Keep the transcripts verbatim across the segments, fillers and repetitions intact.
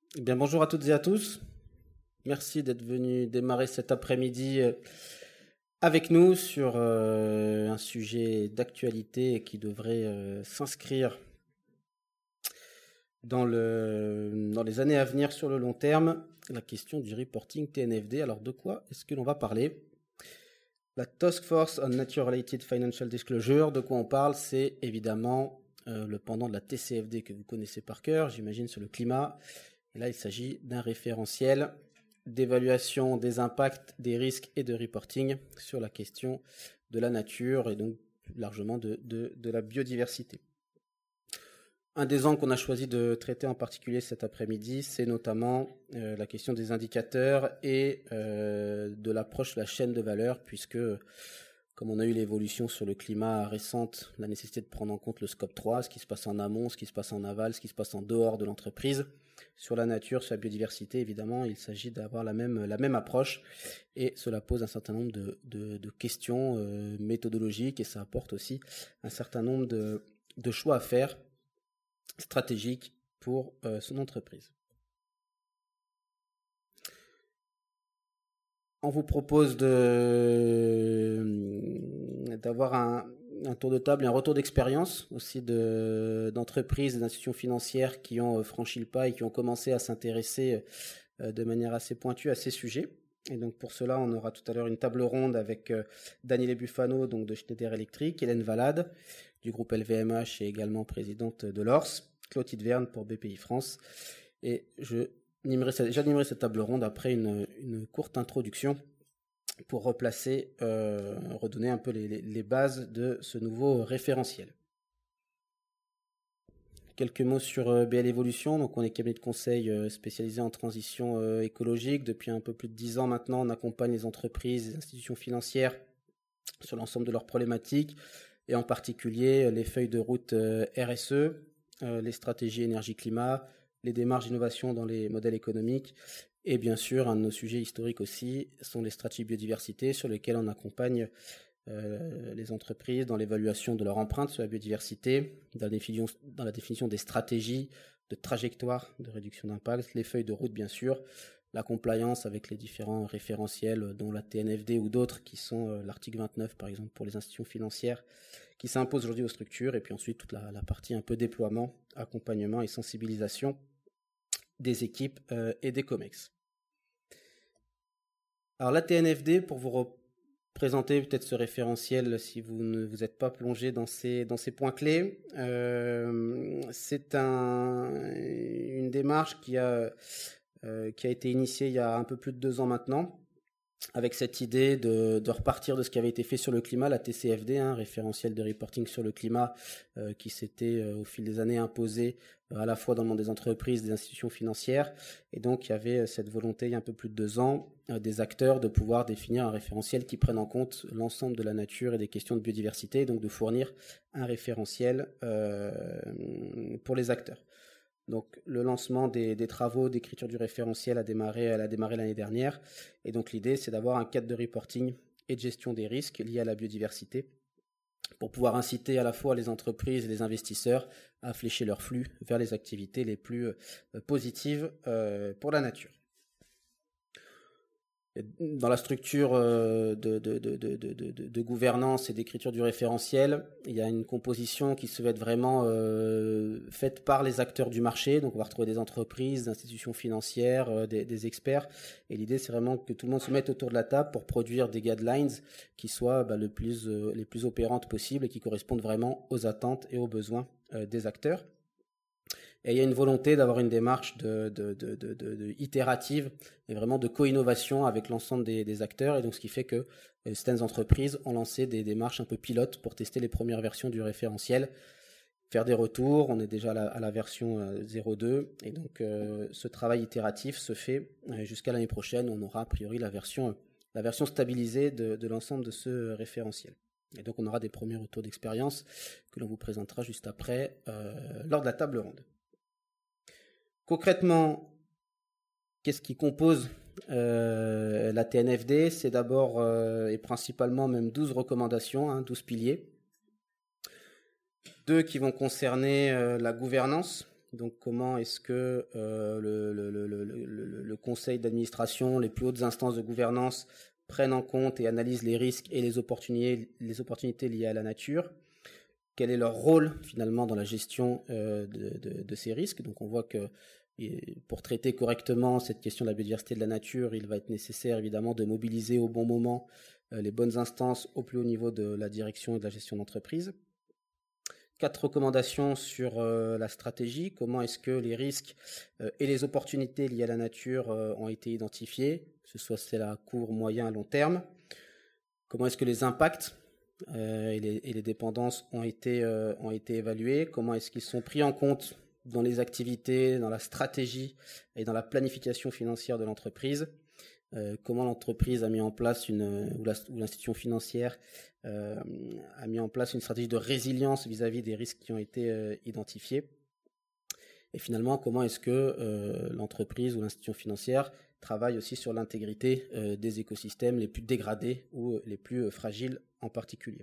Eh bien, bonjour à toutes et à tous. Merci d'être venus démarrer cet après-midi avec nous sur euh, un sujet d'actualité qui devrait euh, s'inscrire dans, le, dans les années à venir sur le long terme, la question du reporting T N F D. Alors, de quoi est-ce que l'on va parler ? La Task Force on Nature-Related Financial Disclosure, de quoi on parle, c'est évidemment euh, le pendant de la T C F D que vous connaissez par cœur, j'imagine, sur le climat. Et là, il s'agit d'un référentiel d'évaluation des impacts, des risques et de reporting sur la question de la nature et donc largement de, de, de la biodiversité. Un des angles qu'on a choisi de traiter en particulier cet après-midi, c'est notamment euh, la question des indicateurs et euh, de l'approche de la chaîne de valeur, puisque comme on a eu l'évolution sur le climat récente, la nécessité de prendre en compte le scope trois, ce qui se passe en amont, ce qui se passe en aval, ce qui se passe en dehors de l'entreprise, sur la nature, sur la biodiversité, évidemment, il s'agit d'avoir la même, la même approche, et cela pose un certain nombre de, de, de questions euh, méthodologiques, et ça apporte aussi un certain nombre de, de choix à faire stratégiques pour euh, son entreprise. On vous propose de d'avoir un, un tour de table et un retour d'expérience aussi de, d'entreprises et d'institutions financières qui ont franchi le pas et qui ont commencé à s'intéresser de manière assez pointue à ces sujets. Et donc pour cela, on aura tout à l'heure une table ronde avec Daniele Bufano, donc de Schneider Electric, Hélène Valade du groupe L V M H et également présidente de l'O R S, Clotilde Verne pour B P I France. Et je j'animerai cette table ronde après une, une courte introduction pour replacer, euh, redonner un peu les, les bases de ce nouveau référentiel. Quelques mots sur euh, B L Evolution. Donc, on est cabinet de conseil euh, spécialisé en transition euh, écologique. Depuis un peu plus de dix ans maintenant, on accompagne les entreprises et les institutions financières sur l'ensemble de leurs problématiques et en particulier les feuilles de route euh, R S E, euh, les stratégies énergie-climat, les démarches d'innovation dans les modèles économiques et bien sûr, un de nos sujets historiques aussi sont les stratégies biodiversité sur lesquelles on accompagne euh, les entreprises dans l'évaluation de leur empreinte sur la biodiversité, dans la définition, dans la définition des stratégies de trajectoire de réduction d'impact, les feuilles de route bien sûr, la compliance avec les différents référentiels dont la T N F D ou d'autres qui sont euh, l'article vingt-neuf par exemple pour les institutions financières qui s'imposent aujourd'hui aux structures et puis ensuite toute la, la partie un peu déploiement, accompagnement et sensibilisation des équipes euh, et des COMEX. Alors la T N F D, pour vous représenter peut-être ce référentiel si vous ne vous êtes pas plongé dans ces, dans ces points clés, euh, c'est un, une démarche qui a, euh, qui a été initiée il y a un peu plus de deux ans maintenant, avec cette idée de, de repartir de ce qui avait été fait sur le climat, la T C F D, un hein, référentiel de reporting sur le climat euh, qui s'était euh, au fil des années imposé euh, à la fois dans le monde des entreprises, des institutions financières, et donc il y avait euh, cette volonté il y a un peu plus de deux ans euh, des acteurs de pouvoir définir un référentiel qui prenne en compte l'ensemble de la nature et des questions de biodiversité, et donc de fournir un référentiel euh, pour les acteurs. Donc le lancement des, des travaux d'écriture du référentiel a démarré, elle a démarré l'année dernière. Et donc l'idée, c'est d'avoir un cadre de reporting et de gestion des risques liés à la biodiversité pour pouvoir inciter à la fois les entreprises et les investisseurs à flécher leurs flux vers les activités les plus positives pour la nature. Dans la structure de, de, de, de, de, de, de gouvernance et d'écriture du référentiel, il y a une composition qui se veut être vraiment euh, faite par les acteurs du marché. Donc on va retrouver des entreprises, des institutions financières, euh, des, des experts. Et l'idée, c'est vraiment que tout le monde se mette autour de la table pour produire des guidelines qui soient bah, le plus, euh, les plus opérantes possibles et qui correspondent vraiment aux attentes et aux besoins euh, des acteurs. Et il y a une volonté d'avoir une démarche de, de, de, de, de, de itérative et vraiment de co-innovation avec l'ensemble des, des acteurs. Et donc, ce qui fait que certaines entreprises ont lancé des démarches un peu pilotes pour tester les premières versions du référentiel, faire des retours. On est déjà à la, à la version euh, zéro deux. Et donc, euh, ce travail itératif se fait euh, jusqu'à l'année prochaine. On aura a priori la version, la version stabilisée de, de l'ensemble de ce référentiel. Et donc, on aura des premiers retours d'expérience que l'on vous présentera juste après euh, lors de la table ronde. Concrètement, qu'est-ce qui compose euh, la T N F D ? C'est d'abord euh, et principalement même douze recommandations, hein, douze piliers. Deux qui vont concerner euh, la gouvernance Donc comment est-ce que euh, le, le, le, le, le, le conseil d'administration, les plus hautes instances de gouvernance prennent en compte et analysent les risques et les opportunités, les opportunités liées à la nature. Quel est leur rôle finalement dans la gestion euh, de, de, de ces risques? Donc on voit que pour traiter correctement cette question de la biodiversité de la nature, il va être nécessaire évidemment de mobiliser au bon moment euh, les bonnes instances au plus haut niveau de la direction et de la gestion d'entreprise. Quatre recommandations sur euh, la stratégie. Comment est-ce que les risques euh, et les opportunités liées à la nature euh, ont été identifiés, que ce soit c'est à court, moyen, long terme. Comment est-ce que les impacts euh, et, les, et les dépendances ont été, euh, ont été évalués. Comment est-ce qu'ils sont pris en compte dans les activités, dans la stratégie et dans la planification financière de l'entreprise. Euh, comment l'entreprise a mis en place une, ou, la, ou l'institution financière euh, a mis en place une stratégie de résilience vis-à-vis des risques qui ont été euh, identifiés. Et finalement, comment est-ce que euh, l'entreprise ou l'institution financière travaille aussi sur l'intégrité euh, des écosystèmes les plus dégradés ou les plus euh, fragiles en particulier.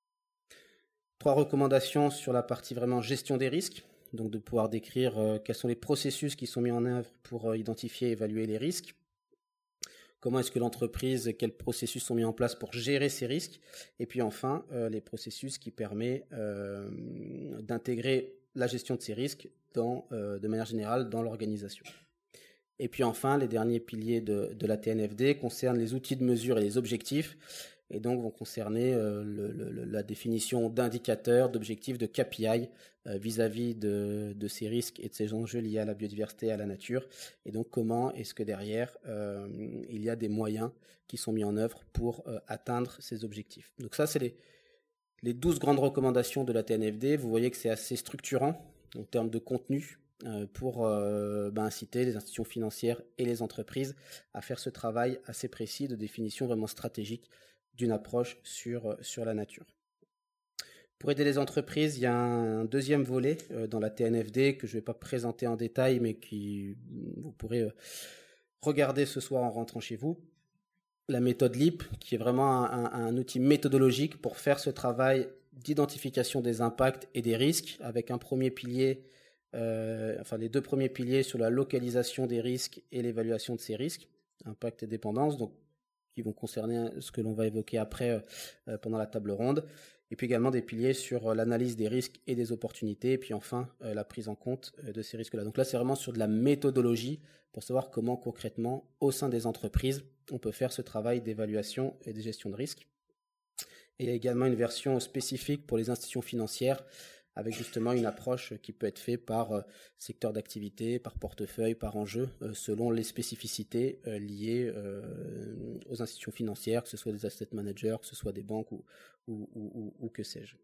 Trois recommandations sur la partie vraiment gestion des risques, donc de pouvoir décrire euh, quels sont les processus qui sont mis en œuvre pour euh, identifier et évaluer les risques. Comment est-ce que l'entreprise, quels processus sont mis en place pour gérer ces risques? Et puis enfin, euh, les processus qui permettent euh, d'intégrer la gestion de ces risques dans, euh, de manière générale dans l'organisation. Et puis enfin, les derniers piliers de, de la T N F D concernent les outils de mesure et les objectifs, et donc vont concerner euh, le, le, la définition d'indicateurs, d'objectifs, de K P I euh, vis-à-vis de, de ces risques et de ces enjeux liés à la biodiversité et à la nature. Et donc comment est-ce que derrière, euh, il y a des moyens qui sont mis en œuvre pour euh, atteindre ces objectifs. Donc ça, c'est les, les douze grandes recommandations de la T N F D. Vous voyez que c'est assez structurant en termes de contenu euh, pour euh, ben, inciter les institutions financières et les entreprises à faire ce travail assez précis de définition vraiment stratégique d'une approche sur, sur la nature. Pour aider les entreprises, il y a un deuxième volet euh, dans la T N F D que je ne vais pas présenter en détail, mais qui vous pourrez euh, regarder ce soir en rentrant chez vous. La méthode L I P, qui est vraiment un, un, un outil méthodologique pour faire ce travail d'identification des impacts et des risques, avec un premier pilier, euh, enfin les deux premiers piliers sur la localisation des risques et l'évaluation de ces risques, impact et dépendance, donc qui vont concerner ce que l'on va évoquer après euh, pendant la table ronde, et puis également des piliers sur euh, l'analyse des risques et des opportunités, et puis enfin euh, la prise en compte euh, de ces risques-là. Donc là, c'est vraiment sur de la méthodologie pour savoir comment concrètement, au sein des entreprises, on peut faire ce travail d'évaluation et de gestion de risques. Et il y a également une version spécifique pour les institutions financières, avec justement une approche qui peut être faite par euh, secteur d'activité, par portefeuille, par enjeu, euh, selon les spécificités euh, liées euh, aux institutions financières, que ce soit des asset managers, que ce soit des banques ou, ou, ou, ou que sais-je.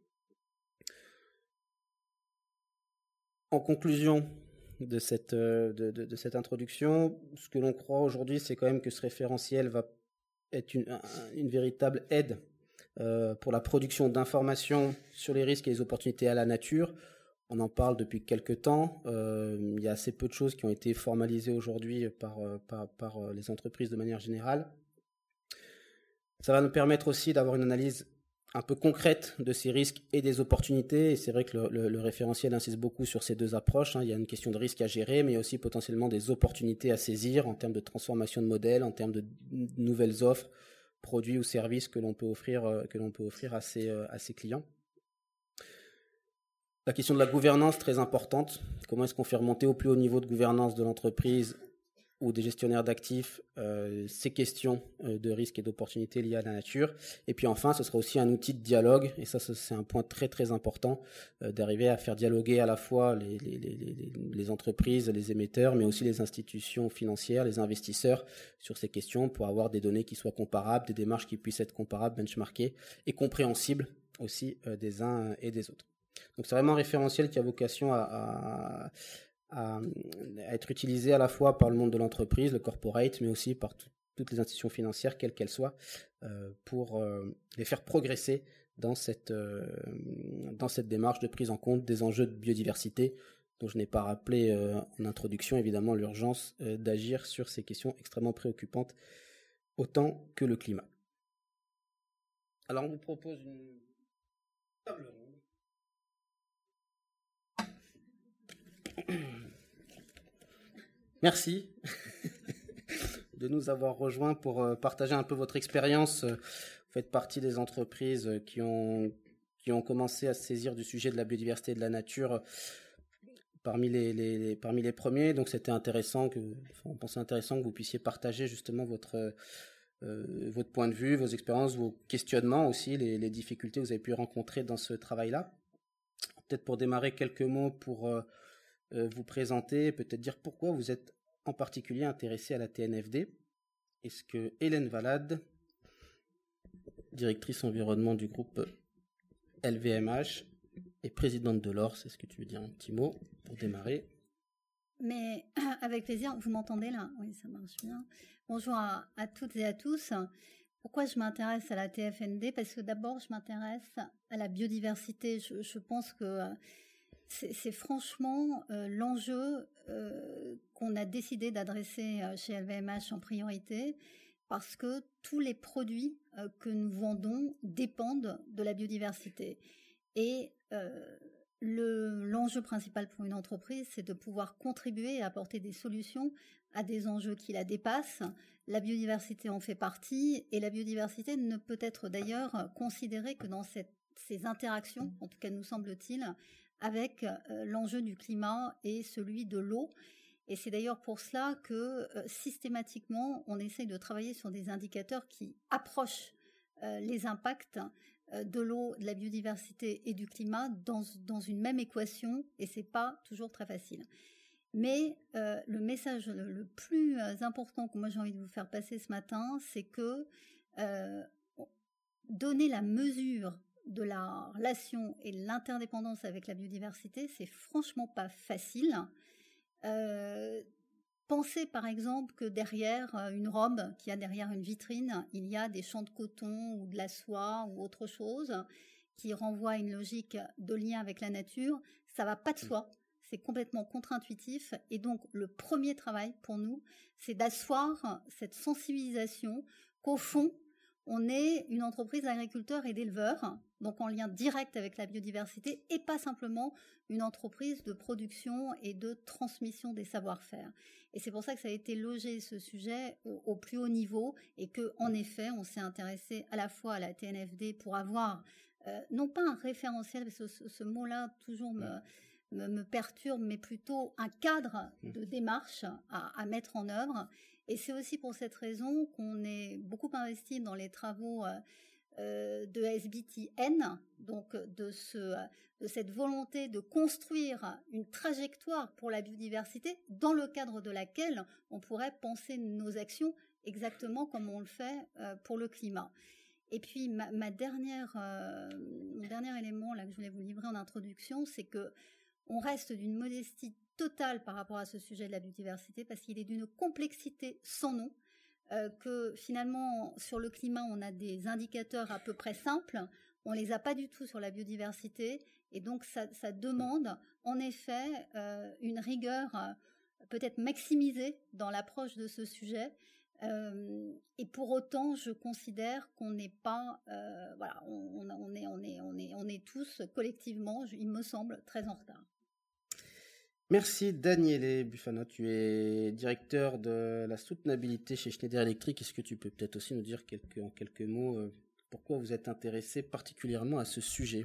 En conclusion de cette, euh, de, de, de cette introduction, ce que l'on croit aujourd'hui, c'est quand même que ce référentiel va être une, une véritable aide Euh, pour la production d'informations sur les risques et les opportunités à la nature. On en parle depuis quelques temps. Euh, il y a assez peu de choses qui ont été formalisées aujourd'hui par, par, par les entreprises de manière générale. Ça va nous permettre aussi d'avoir une analyse un peu concrète de ces risques et des opportunités. Et c'est vrai que le, le, le référentiel insiste beaucoup sur ces deux approches. Hein. Il y a une question de risque à gérer, mais aussi potentiellement des opportunités à saisir en termes de transformation de modèles, en termes de nouvelles offres, produits ou services que l'on peut offrir, que l'on peut offrir à ses, à ses clients. La question de la gouvernance, très importante. Comment est-ce qu'on fait remonter au plus haut niveau de gouvernance de l'entreprise ou des gestionnaires d'actifs euh, ces questions euh, de risques et d'opportunités liées à la nature. Et puis enfin, ce sera aussi un outil de dialogue, et ça, c'est un point très très important, euh, d'arriver à faire dialoguer à la fois les, les, les, les entreprises, les émetteurs, mais aussi les institutions financières, les investisseurs sur ces questions pour avoir des données qui soient comparables, des démarches qui puissent être comparables, benchmarkées et compréhensibles aussi euh, des uns et des autres. Donc c'est vraiment un référentiel qui a vocation à, à à être utilisé à la fois par le monde de l'entreprise, le corporate, mais aussi par tout, toutes les institutions financières, quelles qu'elles soient, euh, pour euh, les faire progresser dans cette, euh, dans cette démarche de prise en compte des enjeux de biodiversité, dont je n'ai pas rappelé euh, en introduction, évidemment, l'urgence euh, d'agir sur ces questions extrêmement préoccupantes, autant que le climat. Alors, on vous propose une table ronde. Merci de nous avoir rejoints pour euh, partager un peu votre expérience. Vous faites partie des entreprises qui ont, qui ont commencé à se saisir du sujet de la biodiversité et de la nature parmi les, les, les, parmi les premiers. Donc c'était intéressant, que, enfin, on pensait intéressant que vous puissiez partager justement votre, euh, votre point de vue, vos expériences, vos questionnements aussi, les, les difficultés que vous avez pu rencontrer dans ce travail-là. Peut-être pour démarrer, quelques mots pour euh, euh, vous présenter, peut-être dire pourquoi vous êtes en particulier intéressé à la T N F D. Est-ce que Hélène Valade, directrice environnement du groupe L V M H et présidente de l'O R S, est-ce que tu veux dire un petit mot pour démarrer? Mais avec plaisir, vous m'entendez là? Oui, ça marche bien. Bonjour à, à toutes et à tous. Pourquoi je m'intéresse à la T F N D? Parce que d'abord, je m'intéresse à la biodiversité. Je, je pense que c'est, c'est franchement euh, l'enjeu euh, qu'on a décidé d'adresser chez L V M H en priorité, parce que tous les produits euh, que nous vendons dépendent de la biodiversité. Et euh, le, l'enjeu principal pour une entreprise, c'est de pouvoir contribuer et apporter des solutions à des enjeux qui la dépassent. La biodiversité en fait partie, et la biodiversité ne peut être d'ailleurs considérée que dans cette, ces interactions, en tout cas nous semble-t-il, avec euh, l'enjeu du climat et celui de l'eau. Et c'est d'ailleurs pour cela que euh, systématiquement, on essaye de travailler sur des indicateurs qui approchent euh, les impacts euh, de l'eau, de la biodiversité et du climat dans, dans une même équation, et c'est pas toujours très facile. Mais euh, le message le, le plus important que moi j'ai envie de vous faire passer ce matin, c'est que euh, donner la mesure de la relation et de l'interdépendance avec la biodiversité, c'est franchement pas facile. Euh, pensez par exemple que derrière une robe, qu'il y a derrière une vitrine, il y a des champs de coton ou de la soie ou autre chose qui renvoie à une logique de lien avec la nature. Ça va pas de soi, c'est complètement contre-intuitif, et donc le premier travail pour nous, c'est d'asseoir cette sensibilisation qu'au fond, on est une entreprise d'agriculteurs et d'éleveurs, donc en lien direct avec la biodiversité, et pas simplement une entreprise de production et de transmission des savoir-faire. Et c'est pour ça que ça a été logé, ce sujet, au, au plus haut niveau, et que, en effet, on s'est intéressé à la fois à la T N F D pour avoir, euh, non pas un référentiel, parce que ce, ce mot-là toujours me, me, me perturbe, mais plutôt un cadre de démarche à, à mettre en œuvre. Et c'est aussi pour cette raison qu'on est beaucoup investi dans les travaux euh, de S B T N, donc de, ce, de cette volonté de construire une trajectoire pour la biodiversité dans le cadre de laquelle on pourrait penser nos actions exactement comme on le fait euh, pour le climat. Et puis ma, ma dernière, euh, mon dernier élément là que je voulais vous livrer en introduction, c'est que on reste d'une modestie totale par rapport à ce sujet de la biodiversité, parce qu'il est d'une complexité sans nom, euh, que finalement sur le climat on a des indicateurs à peu près simples, on les a pas du tout sur la biodiversité, et donc ça, ça demande en effet euh, une rigueur euh, peut-être maximisée dans l'approche de ce sujet. Euh, et pour autant, je considère qu'on n'est pas, euh, voilà, on, on, est, on est, on est, on est tous collectivement, il me semble, très en retard. Merci Daniele Bufano, tu es directeur de la soutenabilité chez Schneider Electric. Est-ce que tu peux peut-être aussi nous dire quelques, en quelques mots euh, pourquoi vous êtes intéressé particulièrement à ce sujet?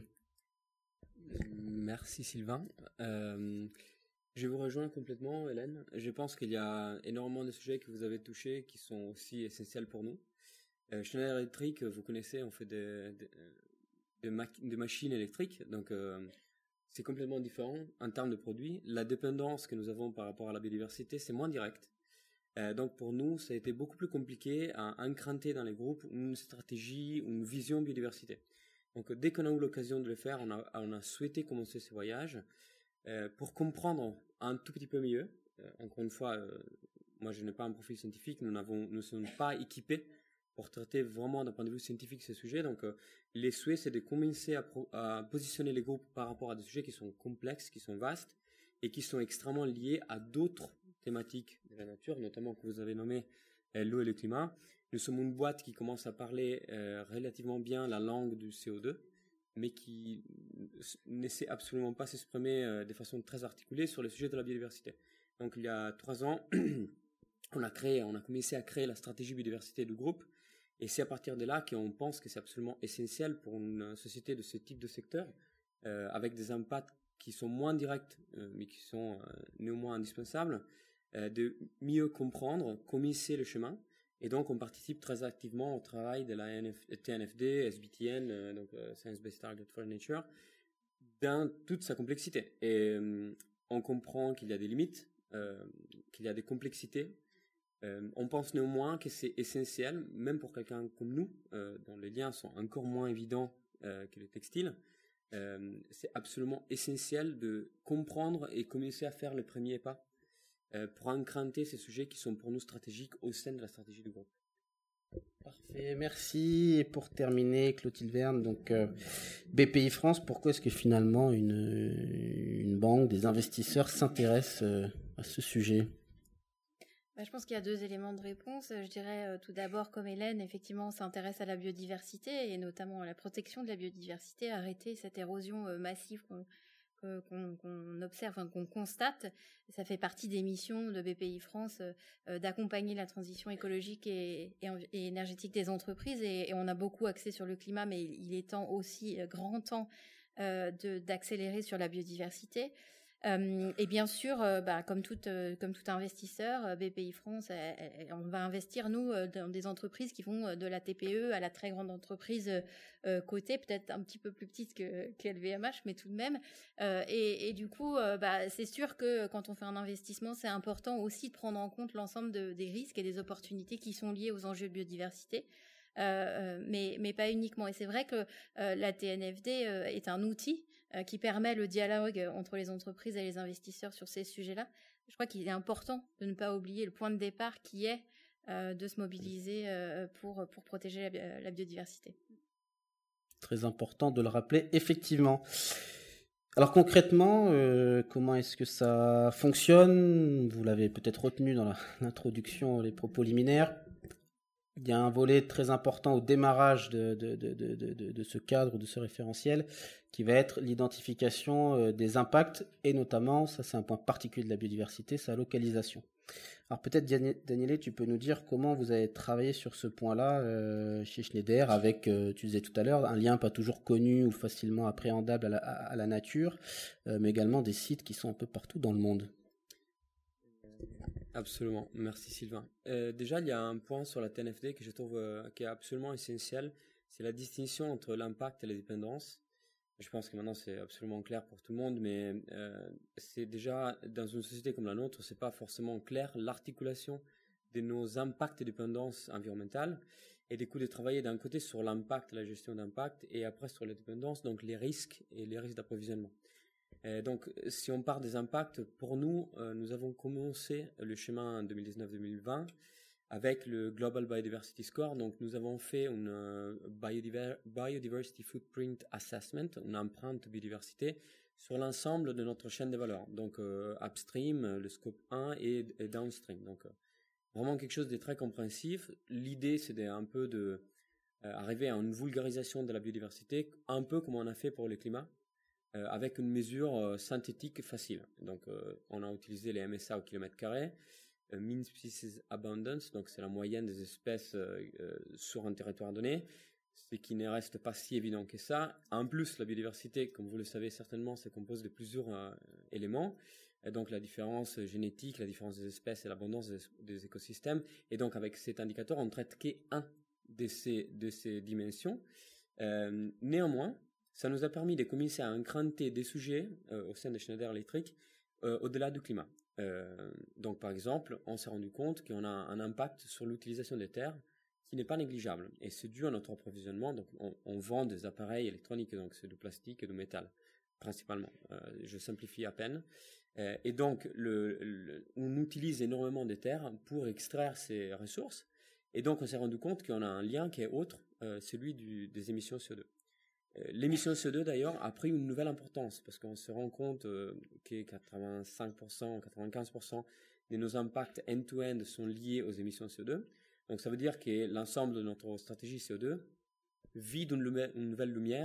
Merci Sylvain. Euh, je vous rejoins complètement Hélène. Je pense qu'il y a énormément de sujets que vous avez touchés qui sont aussi essentiels pour nous. Euh, Schneider Electric, vous connaissez, on fait des, des, des, ma- des machines électriques, donc euh, c'est complètement différent en termes de produits. La dépendance que nous avons par rapport à la biodiversité, c'est moins direct. Euh, donc pour nous, ça a été beaucoup plus compliqué à incranter dans les groupes une stratégie, une vision biodiversité. Donc dès qu'on a eu l'occasion de le faire, on a, on a souhaité commencer ce voyage euh, pour comprendre un tout petit peu mieux. Euh, encore une fois, euh, moi je n'ai pas un profil scientifique, nous n'avons, nous ne sommes pas équipés pour traiter vraiment d'un point de vue scientifique ce sujet. Donc, euh, les souhaits, c'est de commencer à, pro- à positionner les groupes par rapport à des sujets qui sont complexes, qui sont vastes et qui sont extrêmement liés à d'autres thématiques de la nature, notamment que vous avez nommé euh, l'eau et le climat. Nous sommes une boîte qui commence à parler euh, relativement bien la langue du C O deux. mais qui ne sait absolument pas s'exprimer euh, de façon très articulée sur le sujet de la biodiversité. Donc il y a trois ans, on a créé, on a commencé à créer la stratégie biodiversité du groupe, et c'est à partir de là qu'on pense que c'est absolument essentiel pour une société de ce type de secteur, euh, avec des impacts qui sont moins directs, euh, mais qui sont euh, néanmoins indispensables, euh, de mieux comprendre, commencer le chemin. Et donc, on participe très activement au travail de la T N F D, S B T N, euh, donc euh, Science Based Target for Nature, dans toute sa complexité. Et euh, on comprend qu'il y a des limites, euh, qu'il y a des complexités. Euh, on pense néanmoins que c'est essentiel, même pour quelqu'un comme nous, euh, dont les liens sont encore moins évidents euh, que le textile. Euh, c'est absolument essentiel de comprendre et commencer à faire le premier pas euh, pour encranter ces sujets qui sont pour nous stratégiques au sein de la stratégie du groupe. Parfait, merci. Et pour terminer, Clotilde Verne, donc euh, B P I France, pourquoi est-ce que finalement une, une banque, des investisseurs s'intéressent euh, à ce sujet ? Bah, je pense qu'il y a deux éléments de réponse. Je dirais euh, tout d'abord, comme Hélène, effectivement, on s'intéresse à la biodiversité et notamment à la protection de la biodiversité, arrêter cette érosion euh, massive qu'on, que, qu'on, qu'on observe, enfin, qu'on constate. Ça fait partie des missions de B P I France euh, d'accompagner la transition écologique et, et, et énergétique des entreprises. Et, et on a beaucoup axé sur le climat, mais il est temps aussi, euh, grand temps, euh, de, d'accélérer sur la biodiversité. Euh, et bien sûr, euh, bah, comme, tout, euh, comme tout investisseur, euh, B P I France, elle, elle, on va investir, nous, euh, dans des entreprises qui vont euh, de la T P E à la très grande entreprise euh, cotée, peut-être un petit peu plus petite que, que L V M H, mais tout de même. Euh, et, et du coup, euh, bah, c'est sûr que quand on fait un investissement, c'est important aussi de prendre en compte l'ensemble de, des risques et des opportunités qui sont liés aux enjeux de biodiversité. Euh, mais, mais pas uniquement. Et c'est vrai que euh, la T N F D euh, est un outil euh, qui permet le dialogue entre les entreprises et les investisseurs sur ces sujets-là. Je crois qu'il est important de ne pas oublier le point de départ qui est euh, de se mobiliser euh, pour, pour protéger la, la biodiversité. Très important de le rappeler, effectivement. Alors concrètement, euh, comment est-ce que ça fonctionne ? Vous l'avez peut-être retenu dans la, l'introduction, les propos liminaires. Il y a un volet très important au démarrage de, de, de, de, de, de ce cadre, de ce référentiel, qui va être l'identification des impacts, et notamment, ça c'est un point particulier de la biodiversité, sa localisation. Alors peut-être, Daniele, tu peux nous dire comment vous avez travaillé sur ce point-là euh, chez Schneider, avec, euh, tu disais tout à l'heure, un lien pas toujours connu ou facilement appréhendable à la, à la nature, euh, mais également des sites qui sont un peu partout dans le monde. Absolument, merci Sylvain. Euh, déjà, il y a un point sur la T N F D que je trouve euh, qui est absolument essentiel, c'est la distinction entre l'impact et la dépendance. Je pense que maintenant c'est absolument clair pour tout le monde, mais euh, c'est déjà dans une société comme la nôtre, c'est pas forcément clair l'articulation de nos impacts et dépendances environnementales et du coup de travailler d'un côté sur l'impact, la gestion d'impact, et après sur la dépendance, donc les risques et les risques d'approvisionnement. Euh, donc, si on part des impacts, pour nous, euh, nous avons commencé le chemin en deux mille dix-neuf deux mille vingt avec le Global Biodiversity Score. Donc, nous avons fait une euh, Biodiver- Biodiversity Footprint Assessment, une empreinte biodiversité, sur l'ensemble de notre chaîne de valeur. Donc, euh, upstream, le scope un et, et downstream. Donc, euh, vraiment quelque chose de très compréhensif. L'idée, c'est de, un peu de euh, arriver à une vulgarisation de la biodiversité, un peu comme on a fait pour le climat. Euh, avec une mesure euh, synthétique facile. Donc, euh, on a utilisé les M S A au kilomètre carré, euh, Mean Species Abundance, donc c'est la moyenne des espèces euh, euh, sur un territoire donné, ce qui ne reste pas si évident que ça. En plus, la biodiversité, comme vous le savez certainement, se compose de plusieurs euh, éléments, et donc la différence génétique, la différence des espèces et l'abondance des, des écosystèmes. Et donc, avec cet indicateur, on ne traite qu'un de ces, de ces dimensions. Euh, néanmoins, ça nous a permis de commencer à encranter des sujets euh, au sein de Schneider Electric euh, au-delà du climat. Euh, donc, par exemple, on s'est rendu compte qu'on a un impact sur l'utilisation des terres qui n'est pas négligeable. Et c'est dû à notre approvisionnement. Donc, on, on vend des appareils électroniques, donc c'est du plastique et du métal, principalement. Euh, je simplifie à peine. Euh, et donc, le, le, on utilise énormément de terres pour extraire ces ressources. Et donc, on s'est rendu compte qu'on a un lien qui est autre, euh, celui du, des émissions C O deux. L'émission C O deux, d'ailleurs, a pris une nouvelle importance parce qu'on se rend compte euh, que quatre-vingt-cinq pour cent, quatre-vingt-quinze pour cent de nos impacts end-to-end sont liés aux émissions C O deux. Donc, ça veut dire que l'ensemble de notre stratégie C O deux vit d'une, lumière, une nouvelle lumière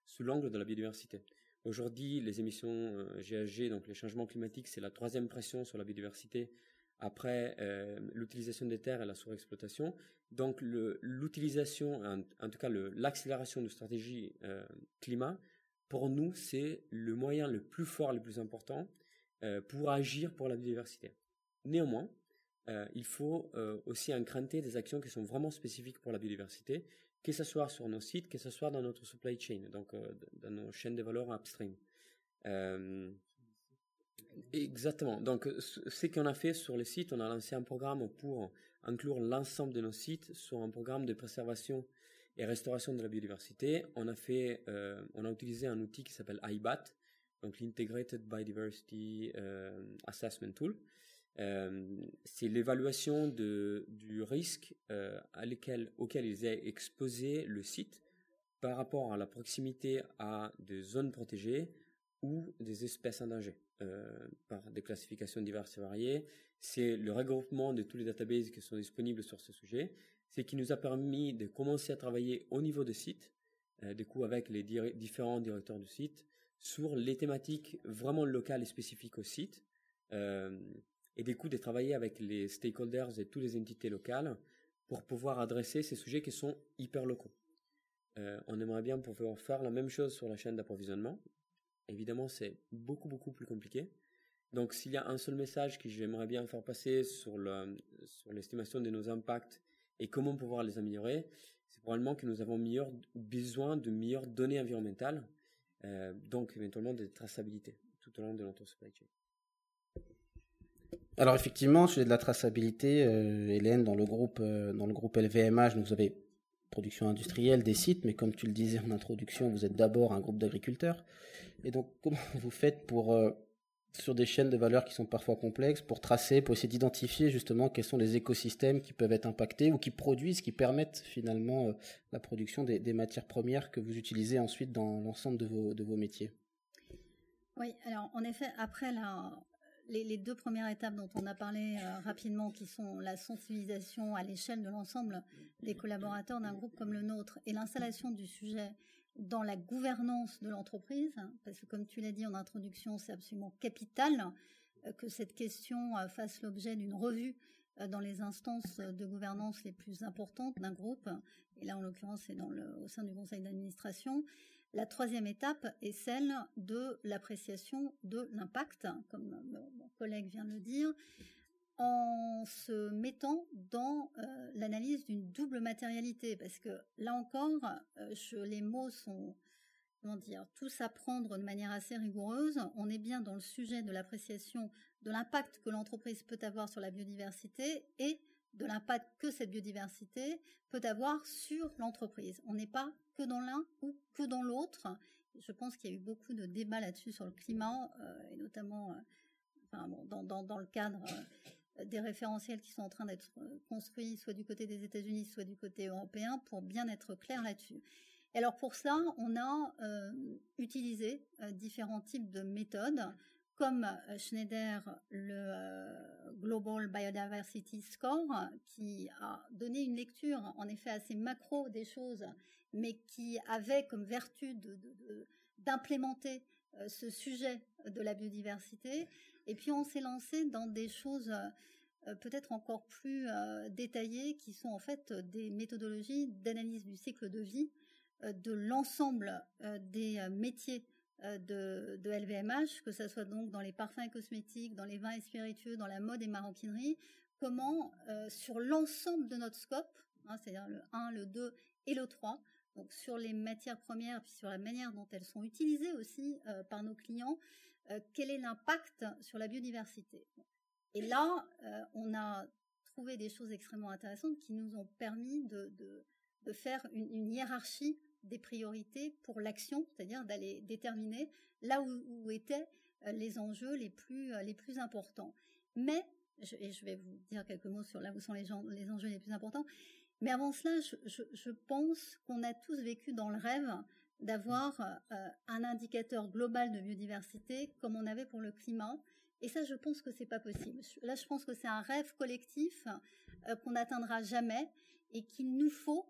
sous l'angle de la biodiversité. Aujourd'hui, les émissions euh, G H G, donc les changements climatiques, c'est la troisième pression sur la biodiversité après euh, l'utilisation des terres et la surexploitation. Donc le, l'utilisation, en, en tout cas le, l'accélération de stratégies euh, climat, pour nous, c'est le moyen le plus fort, le plus important euh, pour agir pour la biodiversité. Néanmoins, euh, il faut euh, aussi incrementer des actions qui sont vraiment spécifiques pour la biodiversité, que ce soit sur nos sites, que ce soit dans notre supply chain, donc euh, dans nos chaînes de valeur upstream. Euh, exactement. Donc, ce qu'on a fait sur les sites, on a lancé un programme pour inclure l'ensemble de nos sites sur un programme de préservation et restauration de la biodiversité. On a fait, euh, on a utilisé un outil qui s'appelle I B A T, donc l'Integrated Biodiversity euh, Assessment Tool. Euh, c'est l'évaluation de, du risque euh, à lequel, auquel ils aient exposé le site par rapport à la proximité à des zones protégées ou des espèces en danger euh, par des classifications diverses et variées. C'est le regroupement de tous les databases qui sont disponibles sur ce sujet. C'est qui nous a permis de commencer à travailler au niveau de site, euh, du coup avec les dir- différents directeurs du site, sur les thématiques vraiment locales et spécifiques au site, euh, et du coup de travailler avec les stakeholders et toutes les entités locales pour pouvoir adresser ces sujets qui sont hyper locaux. Euh, on aimerait bien pouvoir faire la même chose sur la chaîne d'approvisionnement. Évidemment, c'est beaucoup, beaucoup plus compliqué. Donc, s'il y a un seul message que j'aimerais bien faire passer sur, le, sur l'estimation de nos impacts et comment pouvoir les améliorer, c'est probablement que nous avons meilleur, besoin de meilleures données environnementales, euh, donc éventuellement de traçabilité tout au long de notre supply chain. Alors effectivement, sujet de la traçabilité, euh, Hélène, dans le groupe, euh, dans le groupe L V M H, vous avez production industrielle des sites, mais comme tu le disais en introduction, vous êtes d'abord un groupe d'agriculteurs. Et donc, comment vous faites pour, euh, sur des chaînes de valeur qui sont parfois complexes, pour tracer, pour essayer d'identifier justement quels sont les écosystèmes qui peuvent être impactés ou qui produisent, qui permettent finalement euh, la production des, des matières premières que vous utilisez ensuite dans l'ensemble de vos, de vos métiers? Oui, alors en effet, après la... Les, les deux premières étapes dont on a parlé euh, rapidement, qui sont la sensibilisation à l'échelle de l'ensemble des collaborateurs d'un groupe comme le nôtre et l'installation du sujet dans la gouvernance de l'entreprise, hein, parce que comme tu l'as dit en introduction, c'est absolument capital euh, que cette question euh, fasse l'objet d'une revue euh, dans les instances de gouvernance les plus importantes d'un groupe, et là en l'occurrence c'est dans le, au sein du conseil d'administration. La troisième étape est celle de l'appréciation de l'impact, comme mon collègue vient de le dire, en se mettant dans euh, l'analyse d'une double matérialité, parce que là encore, euh, je, les mots sont, comment dire, tous à prendre de manière assez rigoureuse. On est bien dans le sujet de l'appréciation de l'impact que l'entreprise peut avoir sur la biodiversité et de l'impact que cette biodiversité peut avoir sur l'entreprise. On n'est pas que dans l'un ou que dans l'autre. Je pense qu'il y a eu beaucoup de débats là-dessus sur le climat, euh, et notamment euh, enfin, bon, dans, dans, dans le cadre euh, des référentiels qui sont en train d'être construits, soit du côté des États-Unis, soit du côté européen, pour bien être clair là-dessus. Et alors pour ça, on a euh, utilisé euh, différents types de méthodes, comme Schneider, le euh, Global Biodiversity Score, qui a donné une lecture en effet assez macro des choses, mais qui avait comme vertu de, de, de, d'implémenter euh, ce sujet de la biodiversité. Et puis on s'est lancé dans des choses euh, peut-être encore plus euh, détaillées, qui sont en fait des méthodologies d'analyse du cycle de vie euh, de l'ensemble euh, des euh, métiers De, de L V M H, que ce soit donc dans les parfums et cosmétiques, dans les vins et spiritueux, dans la mode et maroquinerie, comment euh, sur l'ensemble de notre scope, hein, c'est-à-dire le un, le deux et le trois, donc sur les matières premières, puis sur la manière dont elles sont utilisées aussi euh, par nos clients, euh, quel est l'impact sur la biodiversité. Et là, euh, on a trouvé des choses extrêmement intéressantes qui nous ont permis de, de, de faire une, une hiérarchie des priorités pour l'action, c'est-à-dire d'aller déterminer là où, où étaient les enjeux les plus, les plus importants. Mais, je, et je vais vous dire quelques mots sur là où sont les, gens, les enjeux les plus importants, mais avant cela, je, je, je pense qu'on a tous vécu dans le rêve d'avoir euh, un indicateur global de biodiversité comme on avait pour le climat, et ça, je pense que c'est pas possible. Là, je pense que c'est un rêve collectif euh, qu'on n'atteindra jamais et qu'il nous faut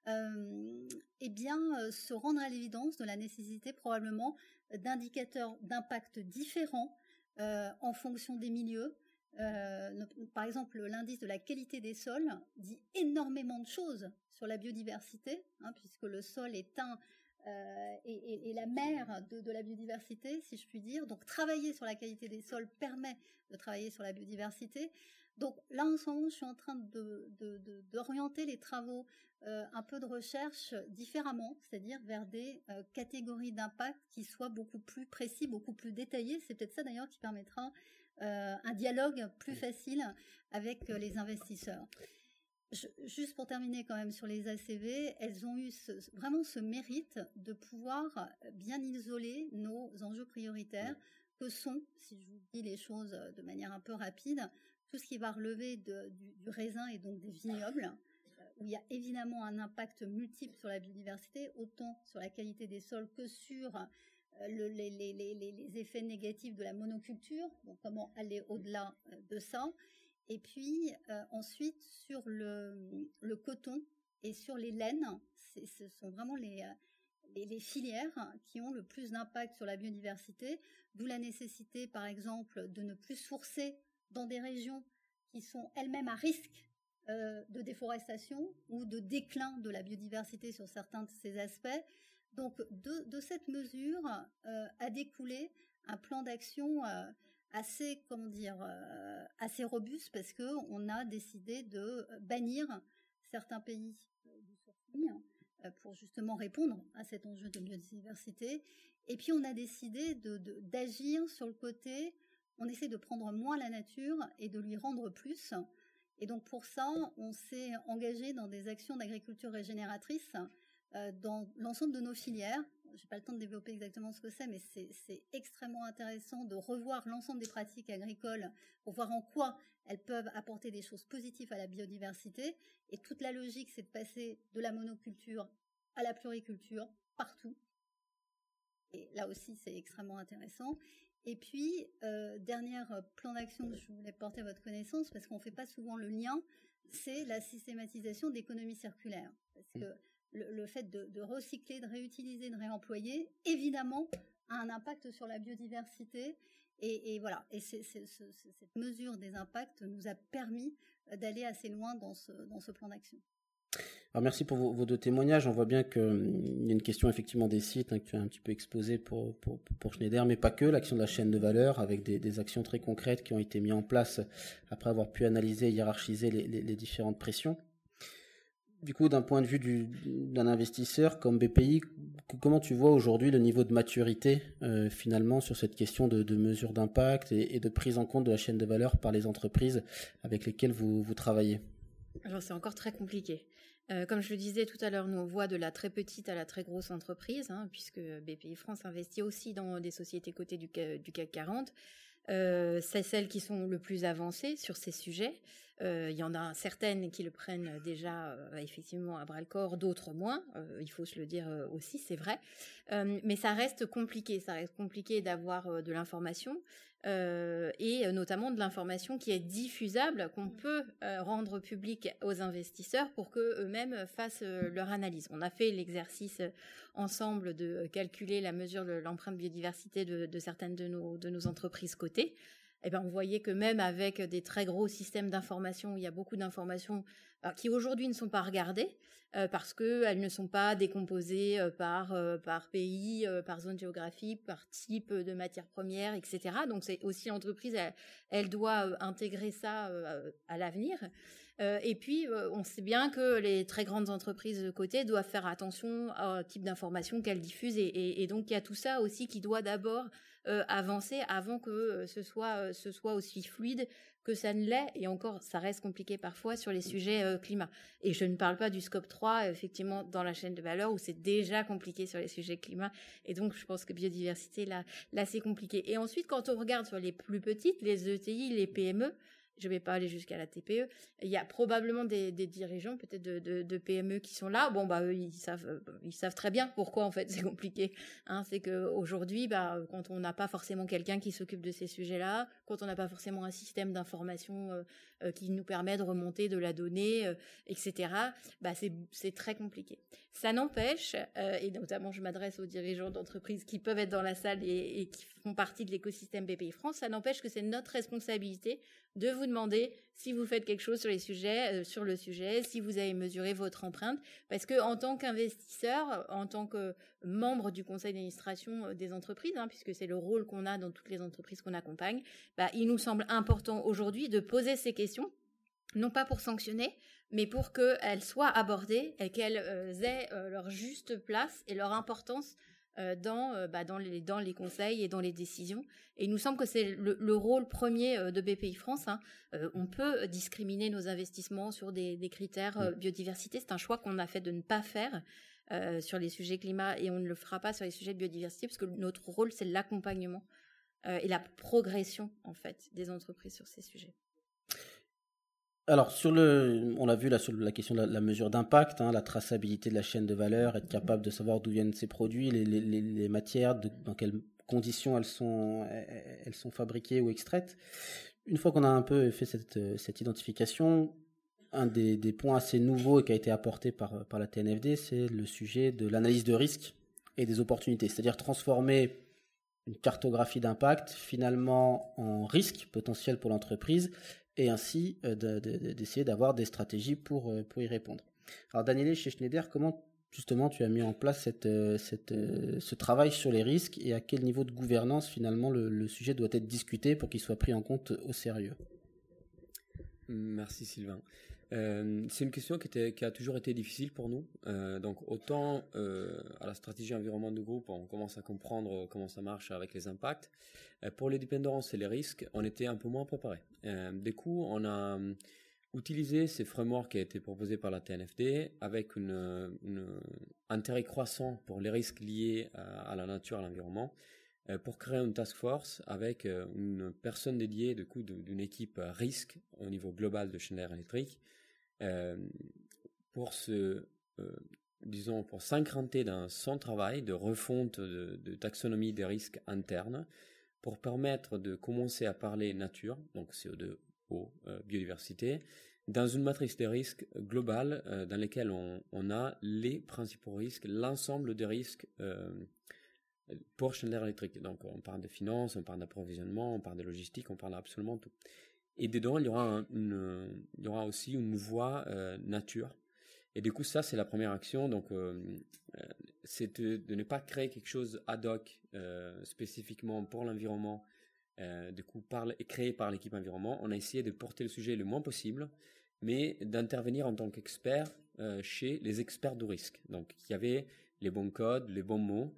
euh, eh bien, euh, se rendre à l'évidence de la nécessité probablement d'indicateurs d'impact différents euh, en fonction des milieux. Euh, par exemple, l'indice de la qualité des sols dit énormément de choses sur la biodiversité, hein, puisque le sol est un euh, et, et, et la mère de, de la biodiversité, si je puis dire. Donc, travailler sur la qualité des sols permet de travailler sur la biodiversité. Donc là, en ce moment, je suis en train de, de, de, d'orienter les travaux, euh, un peu de recherche différemment, c'est-à-dire vers des euh, catégories d'impact qui soient beaucoup plus précis, beaucoup plus détaillés. C'est peut-être ça d'ailleurs qui permettra euh, un dialogue plus facile avec euh, les investisseurs. Je, juste pour terminer quand même sur les A C V, elles ont eu ce, vraiment ce mérite de pouvoir bien isoler nos enjeux prioritaires que sont, si je vous dis les choses de manière un peu rapide, tout ce qui va relever de, du, du raisin et donc des vignobles, où il y a évidemment un impact multiple sur la biodiversité, autant sur la qualité des sols que sur le, les, les, les, les effets négatifs de la monoculture, donc comment aller au-delà de ça. Et puis euh, ensuite sur le, le coton et sur les laines, c'est, ce sont vraiment les, les, les filières qui ont le plus d'impact sur la biodiversité, d'où la nécessité par exemple de ne plus sourcer dans des régions qui sont elles-mêmes à risque euh, de déforestation ou de déclin de la biodiversité sur certains de ces aspects. Donc de, de cette mesure euh, a découlé un plan d'action euh, assez, comment dire, euh, assez robuste parce que on a décidé de bannir certains pays euh, du sourcing euh, pour justement répondre à cet enjeu de biodiversité. Et puis on a décidé de, de, d'agir sur le côté, on essaie de prendre moins la nature et de lui rendre plus. Et donc pour ça, on s'est engagé dans des actions d'agriculture régénératrice euh, dans l'ensemble de nos filières. J'ai pas le temps de développer exactement ce que c'est, mais c'est, c'est extrêmement intéressant de revoir l'ensemble des pratiques agricoles pour voir en quoi elles peuvent apporter des choses positives à la biodiversité. Et toute la logique, c'est de passer de la monoculture à la pluriculture partout. Et là aussi, c'est extrêmement intéressant. Et puis, euh, dernier plan d'action que je voulais porter à votre connaissance, parce qu'on ne fait pas souvent le lien, c'est la systématisation d'économie circulaire. Parce que le, le fait de, de recycler, de réutiliser, de réemployer, évidemment, a un impact sur la biodiversité. Et, et voilà, et c'est, c'est, c'est, cette mesure des impacts nous a permis d'aller assez loin dans ce, dans ce plan d'action. Alors merci pour vos, vos deux témoignages. On voit bien qu'il y a une question effectivement des sites hein, que tu as un petit peu exposé pour, pour, pour Schneider, mais pas que, l'action de la chaîne de valeur avec des, des actions très concrètes qui ont été mises en place après avoir pu analyser et hiérarchiser les, les, les différentes pressions. Du coup, d'un point de vue du, d'un investisseur comme B P I, comment tu vois aujourd'hui le niveau de maturité euh, finalement sur cette question de, de mesure d'impact et, et de prise en compte de la chaîne de valeur par les entreprises avec lesquelles vous, vous travaillez ? Alors c'est encore très compliqué. Euh, comme je le disais tout à l'heure, nous on voit de la très petite à la très grosse entreprise, hein, puisque B P I France investit aussi dans des sociétés cotées du, du C A C quarante. Euh, c'est celles qui sont le plus avancées sur ces sujets. Euh, il y en a certaines qui le prennent déjà euh, effectivement à bras-le-corps, d'autres moins. Euh, il faut se le dire euh, aussi, c'est vrai. Euh, mais ça reste compliqué. Ça reste compliqué d'avoir euh, de l'information euh, et euh, notamment de l'information qui est diffusable, qu'on peut euh, rendre publique aux investisseurs pour que eux-mêmes fassent euh, leur analyse. On a fait l'exercice euh, ensemble de calculer la mesure de l'empreinte biodiversité de, de certaines de nos, de nos entreprises cotées. Eh ben, on voyait que même avec des très gros systèmes d'information, il y a beaucoup d'informations euh, qui aujourd'hui ne sont pas regardées euh, parce qu'elles ne sont pas décomposées euh, par, euh, par pays, euh, par zone géographique, par type de matière première, et cetera. Donc c'est aussi l'entreprise, elle, elle doit euh, intégrer ça euh, à l'avenir. Euh, et puis, euh, on sait bien que les très grandes entreprises cotées doivent faire attention au type d'information qu'elles diffusent. Et, et, et donc, il y a tout ça aussi qui doit d'abord euh, avancer avant que euh, ce soit, euh, ce soit aussi fluide que ça ne l'est. Et encore, ça reste compliqué parfois sur les sujets euh, climat. Et je ne parle pas du scope trois, effectivement, dans la chaîne de valeur où c'est déjà compliqué sur les sujets climat. Et donc, je pense que biodiversité, là, là c'est compliqué. Et ensuite, quand on regarde sur les plus petites, les E T I, les P M E, Je ne vais pas aller jusqu'à la T P E. Il y a probablement des, des dirigeants, peut-être de, de, de P M E qui sont là. Bon, bah, eux, ils savent, euh, ils savent très bien pourquoi, en fait, c'est compliqué. Hein, c'est qu'aujourd'hui, bah, quand on n'a pas forcément quelqu'un qui s'occupe de ces sujets-là, quand on n'a pas forcément un système d'information euh, euh, qui nous permet de remonter de la donnée, euh, et cetera, bah, c'est, c'est très compliqué. Ça n'empêche, euh, et notamment je m'adresse aux dirigeants d'entreprises qui peuvent être dans la salle et, et qui font partie de l'écosystème B P I France, ça n'empêche que c'est notre responsabilité de vous demander si vous faites quelque chose sur les sujets, euh, sur le sujet, si vous avez mesuré votre empreinte, parce que en tant qu'investisseur, en tant que membre du conseil d'administration des entreprises, hein, puisque c'est le rôle qu'on a dans toutes les entreprises qu'on accompagne, bah, il nous semble important aujourd'hui de poser ces questions, non pas pour sanctionner, mais pour qu'elles soient abordées et qu'elles euh, aient euh, leur juste place et leur importance euh, dans, euh, bah, dans, les, dans les conseils et dans les décisions. Et il nous semble que c'est le, le rôle premier euh, de B P I France. Hein. Euh, on peut discriminer nos investissements sur des, des critères euh, biodiversité. C'est un choix qu'on a fait de ne pas faire euh, sur les sujets climat et on ne le fera pas sur les sujets de biodiversité parce que notre rôle, c'est l'accompagnement euh, et la progression en fait, des entreprises sur ces sujets. Alors, sur le, on l'a vu là sur la question de la, la mesure d'impact, hein, la traçabilité de la chaîne de valeur, être capable de savoir d'où viennent ces produits, les, les, les matières, de, dans quelles conditions elles sont, elles sont fabriquées ou extraites. Une fois qu'on a un peu fait cette, cette identification, un des, des points assez nouveaux et qui a été apporté par, par la T N F D, c'est le sujet de l'analyse de risque et des opportunités, c'est-à-dire transformer une cartographie d'impact finalement en risque potentiel pour l'entreprise et ainsi euh, de, de, d'essayer d'avoir des stratégies pour, euh, pour y répondre. Alors Daniele, chez Schneider, comment justement tu as mis en place cette, euh, cette, euh, ce travail sur les risques et à quel niveau de gouvernance finalement le, le sujet doit être discuté pour qu'il soit pris en compte au sérieux? Merci Sylvain. Euh, c'est une question qui, était, qui a toujours été difficile pour nous. Euh, donc autant euh, à la stratégie environnement du groupe, on commence à comprendre comment ça marche avec les impacts. Euh, pour les dépendances et les risques, on était un peu moins préparé. Euh, du coup, on a utilisé ces frameworks qui a été proposé par la T N F D avec une, une intérêt croissant pour les risques liés à, à la nature, à l'environnement, euh, pour créer une task force avec euh, une personne dédiée du coup d'une équipe risque au niveau global de Schneider Electric. Euh, pour se, euh, disons, pour s'increnter dans son travail de refonte de, de taxonomie des risques internes, pour permettre de commencer à parler nature, donc C O deux, eau, euh, biodiversité, dans une matrice des risques globale euh, dans laquelle on, on a les principaux risques, l'ensemble des risques euh, pour Schneider Electric. Donc on parle de finances, on parle d'approvisionnement, on parle de logistique, on parle absolument tout. Et dedans, il y aura, un, une, il y aura aussi une voie euh, nature. Et du coup, ça, c'est la première action. Donc, euh, c'est de, de ne pas créer quelque chose ad hoc euh, spécifiquement pour l'environnement, euh, du coup, par, créé par l'équipe environnement. On a essayé de porter le sujet le moins possible, mais d'intervenir en tant qu'expert euh, chez les experts du risque. Donc, il y avait les bons codes, les bons mots.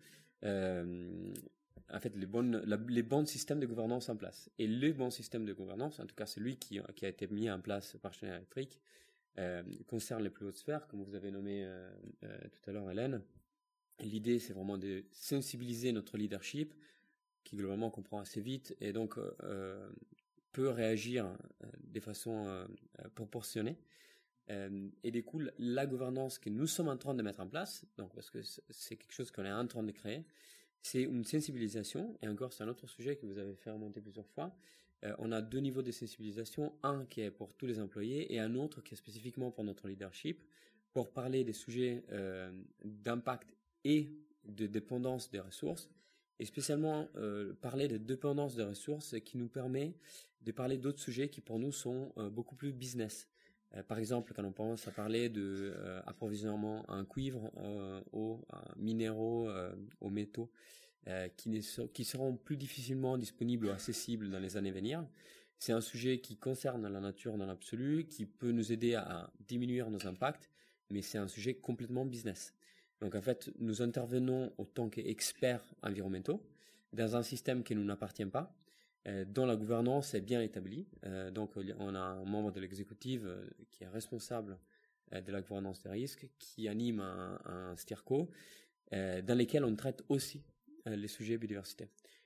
Euh, en fait, les, bonnes, la, les bons systèmes de gouvernance en place. Et le bon système de gouvernance, en tout cas celui qui, qui a été mis en place par Schneider Electric, euh, concerne les plus hautes sphères, comme vous avez nommé euh, euh, tout à l'heure, Hélène. L'idée, c'est vraiment de sensibiliser notre leadership, qui globalement comprend assez vite, et donc euh, peut réagir euh, de façon euh, proportionnée. Euh, et du coup, la gouvernance que nous sommes en train de mettre en place, donc parce que c'est quelque chose qu'on est en train de créer, c'est une sensibilisation, et encore c'est un autre sujet que vous avez fait remonter plusieurs fois. Euh, on a deux niveaux de sensibilisation, un qui est pour tous les employés et un autre qui est spécifiquement pour notre leadership, pour parler des sujets euh, d'impact et de dépendance des ressources, et spécialement euh, parler de dépendance des ressources qui nous permet de parler d'autres sujets qui pour nous sont euh, beaucoup plus business. Euh, par exemple, quand on pense à parler de euh, approvisionnement en cuivre, euh, aux minéraux, euh, aux métaux, euh, qui, ne so- qui seront plus difficilement disponibles ou accessibles dans les années à venir, c'est un sujet qui concerne la nature dans l'absolu, qui peut nous aider à, à diminuer nos impacts, mais c'est un sujet complètement business. Donc en fait, nous intervenons en tant qu'experts environnementaux dans un système qui ne nous appartient pas, euh, dont la gouvernance est bien établie. Euh, donc on a un membre de l'exécutive euh, qui est responsable euh, de la gouvernance des risques, qui anime un, un STIRCO, euh, dans lesquels on traite aussi euh, les sujets biodiversité.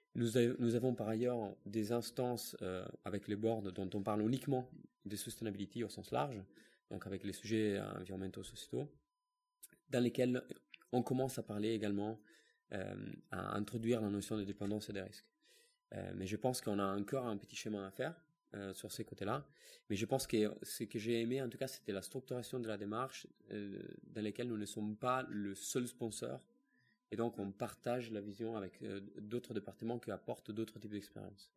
Nous, a, nous avons par ailleurs des instances euh, avec les boards dont on parle uniquement de sustainability au sens large, donc avec les sujets environnementaux, sociétaux, dans lesquels on commence à parler également, euh, à introduire la notion de dépendance et des risques. Euh, mais je pense qu'on a encore un petit chemin à faire euh, sur ces côtés-là. Mais je pense que ce que j'ai aimé, en tout cas, c'était la structuration de la démarche euh, dans laquelle nous ne sommes pas le seul sponsor. Et donc, on partage la vision avec euh, d'autres départements qui apportent d'autres types d'expériences.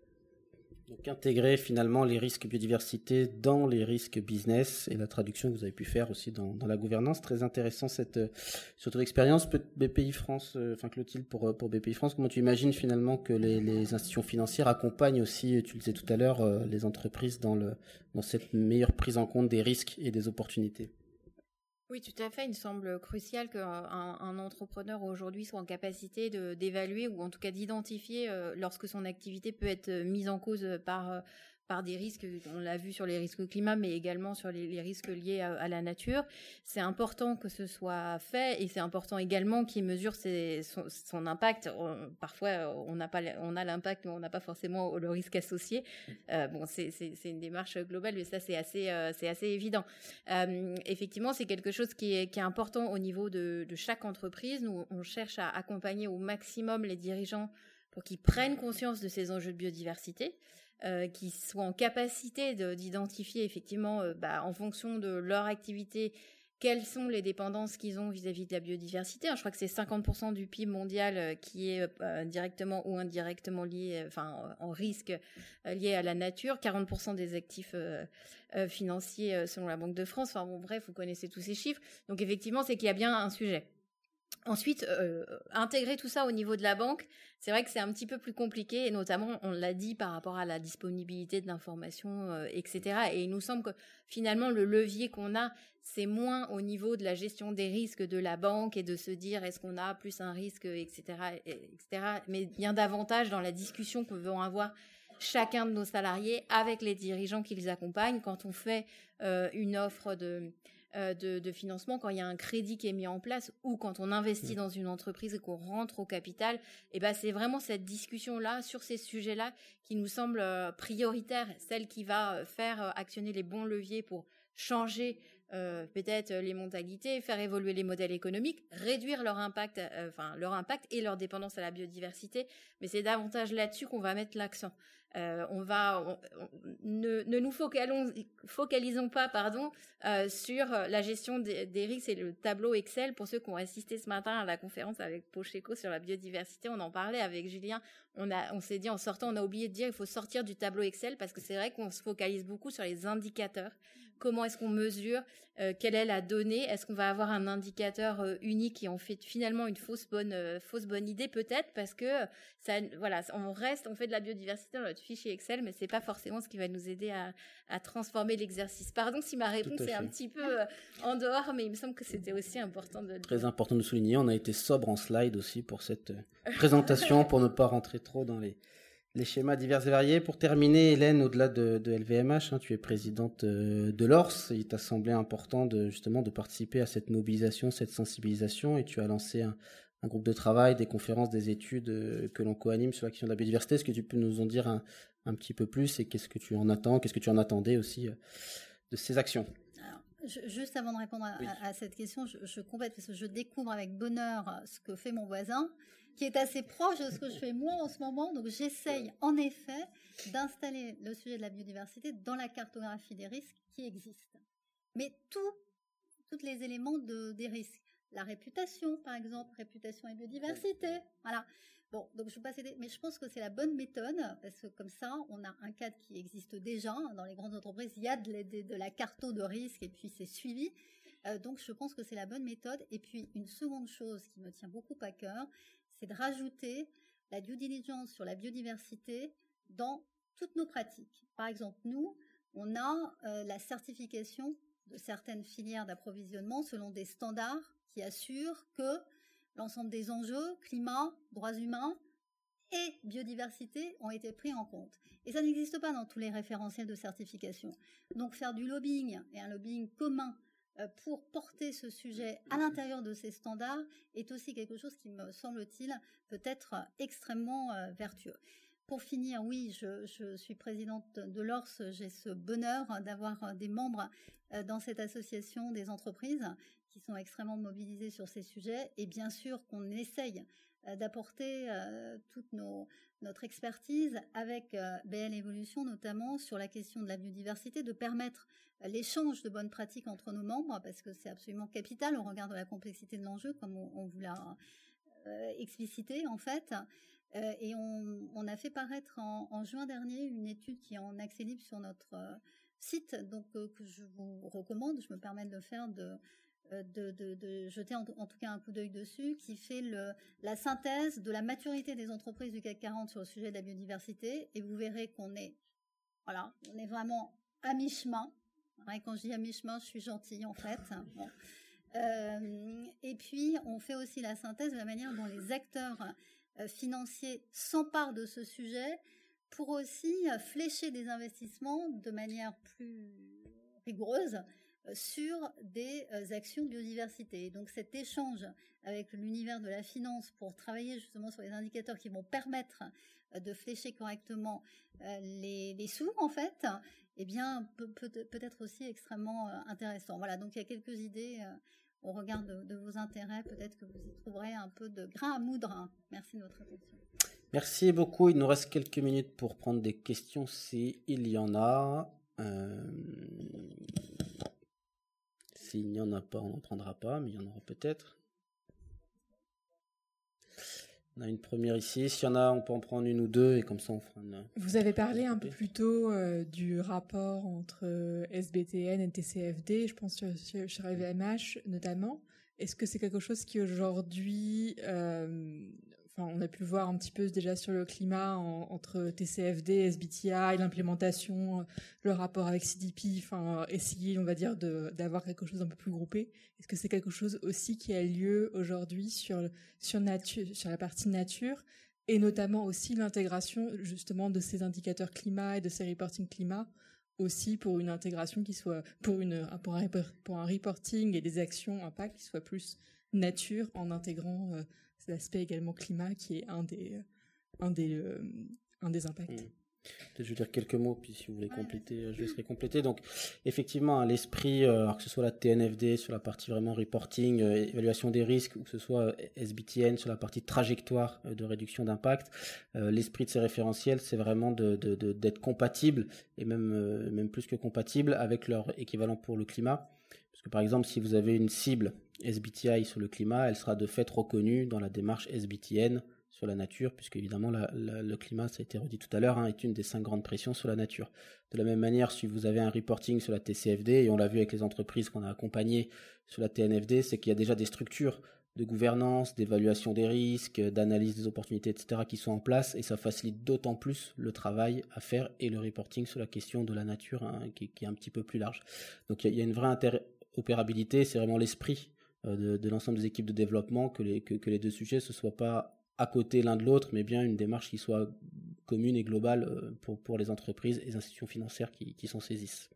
Donc, intégrer finalement les risques biodiversité dans les risques business et la traduction que vous avez pu faire aussi dans, dans la gouvernance. Très intéressant cette surtout expérience. B P I France, euh, enfin Clotilde pour pour B P I France, comment tu imagines finalement que les, les institutions financières accompagnent aussi, tu le disais tout à l'heure, euh, les entreprises dans le dans cette meilleure prise en compte des risques et des opportunités? Oui, tout à fait. Il me semble crucial qu'un un entrepreneur aujourd'hui soit en capacité de, d'évaluer ou en tout cas d'identifier euh, lorsque son activité peut être mise en cause par, euh, par des risques. On l'a vu sur les risques climat, mais également sur les, les risques liés à, à la nature. C'est important que ce soit fait et c'est important également qu'il mesure ses, son, son impact. On, parfois, on n'a pas, on a l'impact, mais on n'a pas forcément le risque associé. Euh, bon, c'est, c'est, c'est une démarche globale, mais ça, c'est assez, euh, c'est assez évident. Euh, effectivement, c'est quelque chose qui est, qui est important au niveau de, de chaque entreprise. Nous, on cherche à accompagner au maximum les dirigeants pour qu'ils prennent conscience de ces enjeux de biodiversité, euh, qu'ils soient en capacité de, d'identifier effectivement, euh, bah, en fonction de leur activité, quelles sont les dépendances qu'ils ont vis-à-vis de la biodiversité. Je crois que c'est cinquante pour cent du P I B mondial qui est euh, directement ou indirectement lié, euh, enfin en risque euh, lié à la nature, quarante pour cent des actifs euh, euh, financiers euh, selon la Banque de France. Enfin bon, bref, vous connaissez tous ces chiffres. Donc effectivement, c'est qu'il y a bien un sujet. Ensuite, euh, intégrer tout ça au niveau de la banque, c'est vrai que c'est un petit peu plus compliqué, et notamment, on l'a dit par rapport à la disponibilité de l'information, euh, et cetera. Et il nous semble que finalement, le levier qu'on a, c'est moins au niveau de la gestion des risques de la banque et de se dire est-ce qu'on a plus un risque, et cetera, et cetera. Mais bien davantage dans la discussion que vont avoir chacun de nos salariés avec les dirigeants qui les accompagnent quand on fait euh, une offre de... De, de financement, quand il y a un crédit qui est mis en place ou quand on investit dans une entreprise et qu'on rentre au capital, et ben c'est vraiment cette discussion-là sur ces sujets-là qui nous semble prioritaire, celle qui va faire actionner les bons leviers pour changer euh, peut-être les mentalités, faire évoluer les modèles économiques, réduire leur impact, euh, enfin leur impact et leur dépendance à la biodiversité. Mais c'est davantage là-dessus qu'on va mettre l'accent. Euh, on va, on, on, ne, ne nous focalisons, focalisons pas, pardon, euh, sur la gestion des, des risques et le tableau Excel. Pour ceux qui ont assisté ce matin à la conférence avec Pocheco sur la biodiversité, on en parlait avec Julien. On a, on s'est dit en sortant, on a oublié de dire il faut sortir du tableau Excel parce que c'est vrai qu'on se focalise beaucoup sur les indicateurs. Comment est-ce qu'on mesure euh, quelle est la donnée? Est-ce qu'on va avoir un indicateur euh, unique qui en fait finalement une fausse bonne, euh, fausse bonne idée peut-être parce que ça, voilà, on reste, on fait de la biodiversité dans notre fichier Excel, mais c'est pas forcément ce qui va nous aider à, à transformer l'exercice. Pardon si ma réponse est un petit peu euh, en dehors, mais il me semble que c'était aussi important de le dire. Très important de souligner. On a été sobre en slide aussi pour cette euh, présentation, pour ne pas rentrer trop dans les les schémas divers et variés. Pour terminer, Hélène, au-delà de, de L V M H, hein, tu es présidente euh, de l'O R S. Il t'a semblé important de justement de participer à cette mobilisation, cette sensibilisation, et tu as lancé un, un groupe de travail, des conférences, des études euh, que l'on co-anime sur la question de la biodiversité. Est-ce que tu peux nous en dire un, un petit peu plus et qu'est-ce que tu en attends, qu'est-ce que tu en attendais aussi euh, de ces actions? Alors, je, juste avant de répondre à, oui. à, à cette question, je, je complète parce que je découvre avec bonheur ce que fait mon voisin, qui est assez proche de ce que je fais moi en ce moment. Donc j'essaye en effet d'installer le sujet de la biodiversité dans la cartographie des risques qui existent. Mais tout, tous les éléments de, des risques. La réputation, par exemple, réputation et biodiversité. Voilà. Bon, donc je ne vais pas céder, mais je pense que c'est la bonne méthode, parce que comme ça, on a un cadre qui existe déjà. Dans les grandes entreprises, il y a de, de, de la carto de risque et puis c'est suivi. Euh, donc je pense que c'est la bonne méthode. Et puis une seconde chose qui me tient beaucoup à cœur, c'est de rajouter la due diligence sur la biodiversité dans toutes nos pratiques. Par exemple, nous, on a euh, la certification de certaines filières d'approvisionnement selon des standards qui assurent que l'ensemble des enjeux, climat, droits humains et biodiversité ont été pris en compte. Et ça n'existe pas dans tous les référentiels de certification. Donc faire du lobbying, et un lobbying commun euh, pour porter ce sujet à l'intérieur de ces standards est aussi quelque chose qui me semble-t-il peut être extrêmement euh, vertueux. Pour finir, oui, je, je suis présidente de l'O R S, j'ai ce bonheur d'avoir des membres dans cette association des entreprises qui sont extrêmement mobilisés sur ces sujets et bien sûr qu'on essaye d'apporter euh, toute nos, notre expertise avec euh, B L Evolution notamment sur la question de la biodiversité, de permettre euh, l'échange de bonnes pratiques entre nos membres parce que c'est absolument capital au regard de la complexité de l'enjeu comme on, on vous l'a euh, explicité en fait. Euh, et on, on a fait paraître en, en juin dernier une étude qui est en accès libre sur notre euh, site, donc euh, que je vous recommande, je me permets de le faire, de, de, de, de jeter en, en tout cas un coup d'œil dessus, qui fait le, la synthèse de la maturité des entreprises du C A C quarante sur le sujet de la biodiversité, et vous verrez qu'on est, voilà, on est vraiment à mi-chemin. Et quand je dis à mi-chemin, je suis gentille en fait. Bon. Euh, et puis, on fait aussi la synthèse de la manière dont les acteurs financiers s'emparent de ce sujet pour aussi flécher des investissements de manière plus rigoureuse sur des actions biodiversité. Donc cet échange avec l'univers de la finance pour travailler justement sur les indicateurs qui vont permettre de flécher correctement les, les sous en fait, eh bien peut, peut, peut être aussi extrêmement intéressant. Voilà, donc il y a quelques idées au regard de, de vos intérêts, peut-être que vous y trouverez un peu de grain à moudre. Merci de votre attention. Merci beaucoup. Il nous reste quelques minutes pour prendre des questions s'il y en a. Euh... S'il n'y en a pas, on n'en prendra pas, mais il y en aura peut-être. On a une première ici. S'il y en a, on peut en prendre une ou deux et comme ça on fera une... Vous avez parlé un peu plus tôt euh, du rapport entre euh, S B T N et T C F D, je pense sur, sur, sur L V M H notamment. Est-ce que c'est quelque chose qui aujourd'hui... Euh, enfin, on a pu voir un petit peu déjà sur le climat en, entre T C F D, S B T I, l'implémentation, le rapport avec C D P, enfin essayer, on va dire, de, d'avoir quelque chose d'un peu plus groupé. Est-ce que c'est quelque chose aussi qui a lieu aujourd'hui sur, sur, nature, sur la partie nature et notamment aussi l'intégration justement de ces indicateurs climat et de ces reporting climat aussi pour une intégration qui soit, pour, une, pour, un, pour un reporting et des actions impact qui soient plus nature en intégrant euh, l'aspect également climat qui est un des, un des, euh, un des impacts. Mmh. Je vais dire quelques mots, puis si vous voulez compléter, je laisserai compléter. Donc, effectivement, à l'esprit, euh, alors que ce soit la T N F D sur la partie vraiment reporting, euh, évaluation des risques, ou que ce soit S B T N sur la partie trajectoire euh, de réduction d'impact, euh, l'esprit de ces référentiels, c'est vraiment de, de, de, d'être compatible, et même, euh, même plus que compatible, avec leur équivalent pour le climat. Parce que par exemple, si vous avez une cible S B T I sur le climat, elle sera de fait reconnue dans la démarche S B T N sur la nature, puisque évidemment la, la, le climat, ça a été redit tout à l'heure, hein, est une des cinq grandes pressions sur la nature. De la même manière, si vous avez un reporting sur la T C F D, et on l'a vu avec les entreprises qu'on a accompagnées sur la T N F D, c'est qu'il y a déjà des structures de gouvernance, d'évaluation des risques, d'analyse des opportunités, et cetera qui sont en place, et ça facilite d'autant plus le travail à faire et le reporting sur la question de la nature, hein, qui, qui est un petit peu plus large. Donc il y, y a une vraie interopérabilité, c'est vraiment l'esprit euh, de, de l'ensemble des équipes de développement que les, que, que les deux sujets ne soient pas à côté l'un de l'autre, mais bien une démarche qui soit commune et globale pour, pour les entreprises et les institutions financières qui, qui s'en saisissent.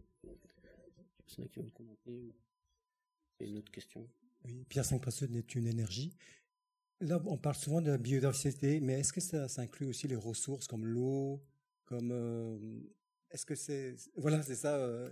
Il y en a qui veulent commenter. Il y a une autre question. Oui, Pierre cinq est une énergie. Là, on parle souvent de la biodiversité, mais est-ce que ça, ça inclut aussi les ressources comme l'eau, comme euh, est-ce que c'est voilà, c'est ça, euh,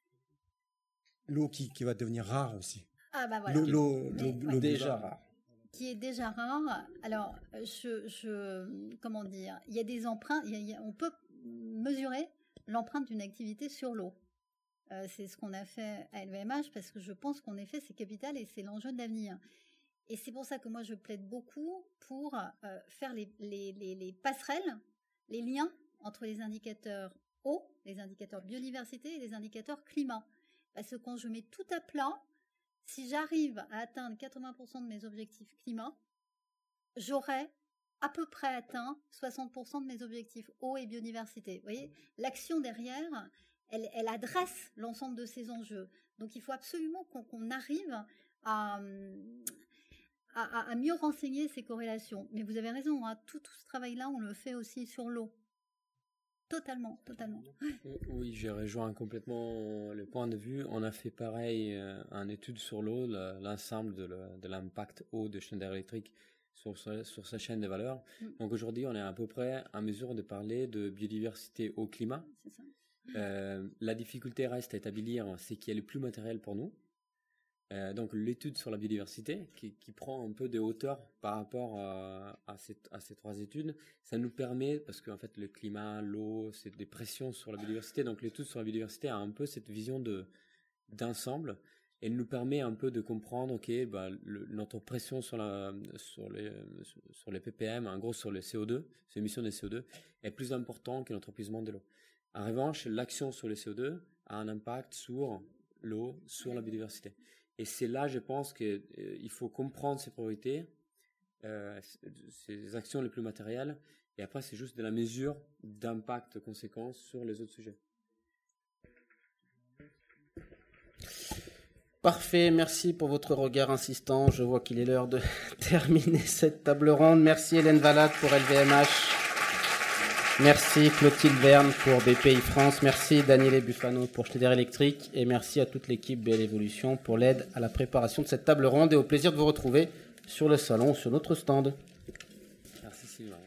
l'eau qui, qui va devenir rare aussi. Ah bah voilà. L'eau, l'eau, l'eau, ouais. l'eau déjà rare. Qui est déjà rare. Alors, je, je, comment dire, il y a des empreintes, il y a, il y a, on peut mesurer l'empreinte d'une activité sur l'eau. Euh, c'est ce qu'on a fait à L V M H parce que je pense qu'en effet, c'est capital et c'est l'enjeu de l'avenir. Et c'est pour ça que moi, je plaide beaucoup pour euh, faire les, les, les, les passerelles, les liens entre les indicateurs eau, les indicateurs biodiversité et les indicateurs climat. Parce que quand je mets tout à plat, si j'arrive à atteindre quatre-vingts pour cent de mes objectifs climat, j'aurai à peu près atteint soixante pour cent de mes objectifs eau et biodiversité. Vous voyez, l'action derrière, elle, elle adresse l'ensemble de ces enjeux. Donc il faut absolument qu'on, qu'on arrive à, à, à mieux renseigner ces corrélations. Mais vous avez raison, hein, tout, tout ce travail-là, on le fait aussi sur l'eau. Totalement, totalement. Oui, j'ai rejoint complètement le point de vue. On a fait pareil euh, en étude sur l'eau, le- l'ensemble de, le- de l'impact eau de Schneider Electric sur, sa- sur sa chaîne de valeur. Mm. Donc aujourd'hui, on est à peu près en mesure de parler de biodiversité au climat. C'est ça. Euh, la difficulté reste à établir ce qui est le plus matériel pour nous. Euh, donc l'étude sur la biodiversité, qui, qui prend un peu de hauteur par rapport à, à, ces, à ces trois études, ça nous permet, parce qu'en fait le climat, l'eau, c'est des pressions sur la biodiversité, donc l'étude sur la biodiversité a un peu cette vision de, d'ensemble, et nous permet un peu de comprendre, ok, bah, le, notre pression sur, la, sur, les, sur les ppm, en gros sur le C O deux, sur l'émission de C O deux, est plus important que notre épuisement de l'eau. En revanche, l'action sur le C O deux a un impact sur l'eau, sur la biodiversité. Et c'est là, je pense qu'il euh, faut comprendre ces priorités, euh, ces actions les plus matérielles, et après, c'est juste de la mesure d'impact conséquent sur les autres sujets. Parfait, merci pour votre regard insistant. Je vois qu'il est l'heure de terminer cette table ronde. Merci Hélène Valade pour L V M H. Merci Clotilde Verne pour B P I France. Merci Daniele Bufano pour Schneider Electric. Et merci à toute l'équipe B L Evolution pour l'aide à la préparation de cette table ronde et au plaisir de vous retrouver sur le salon ou sur notre stand. Merci Sylvain.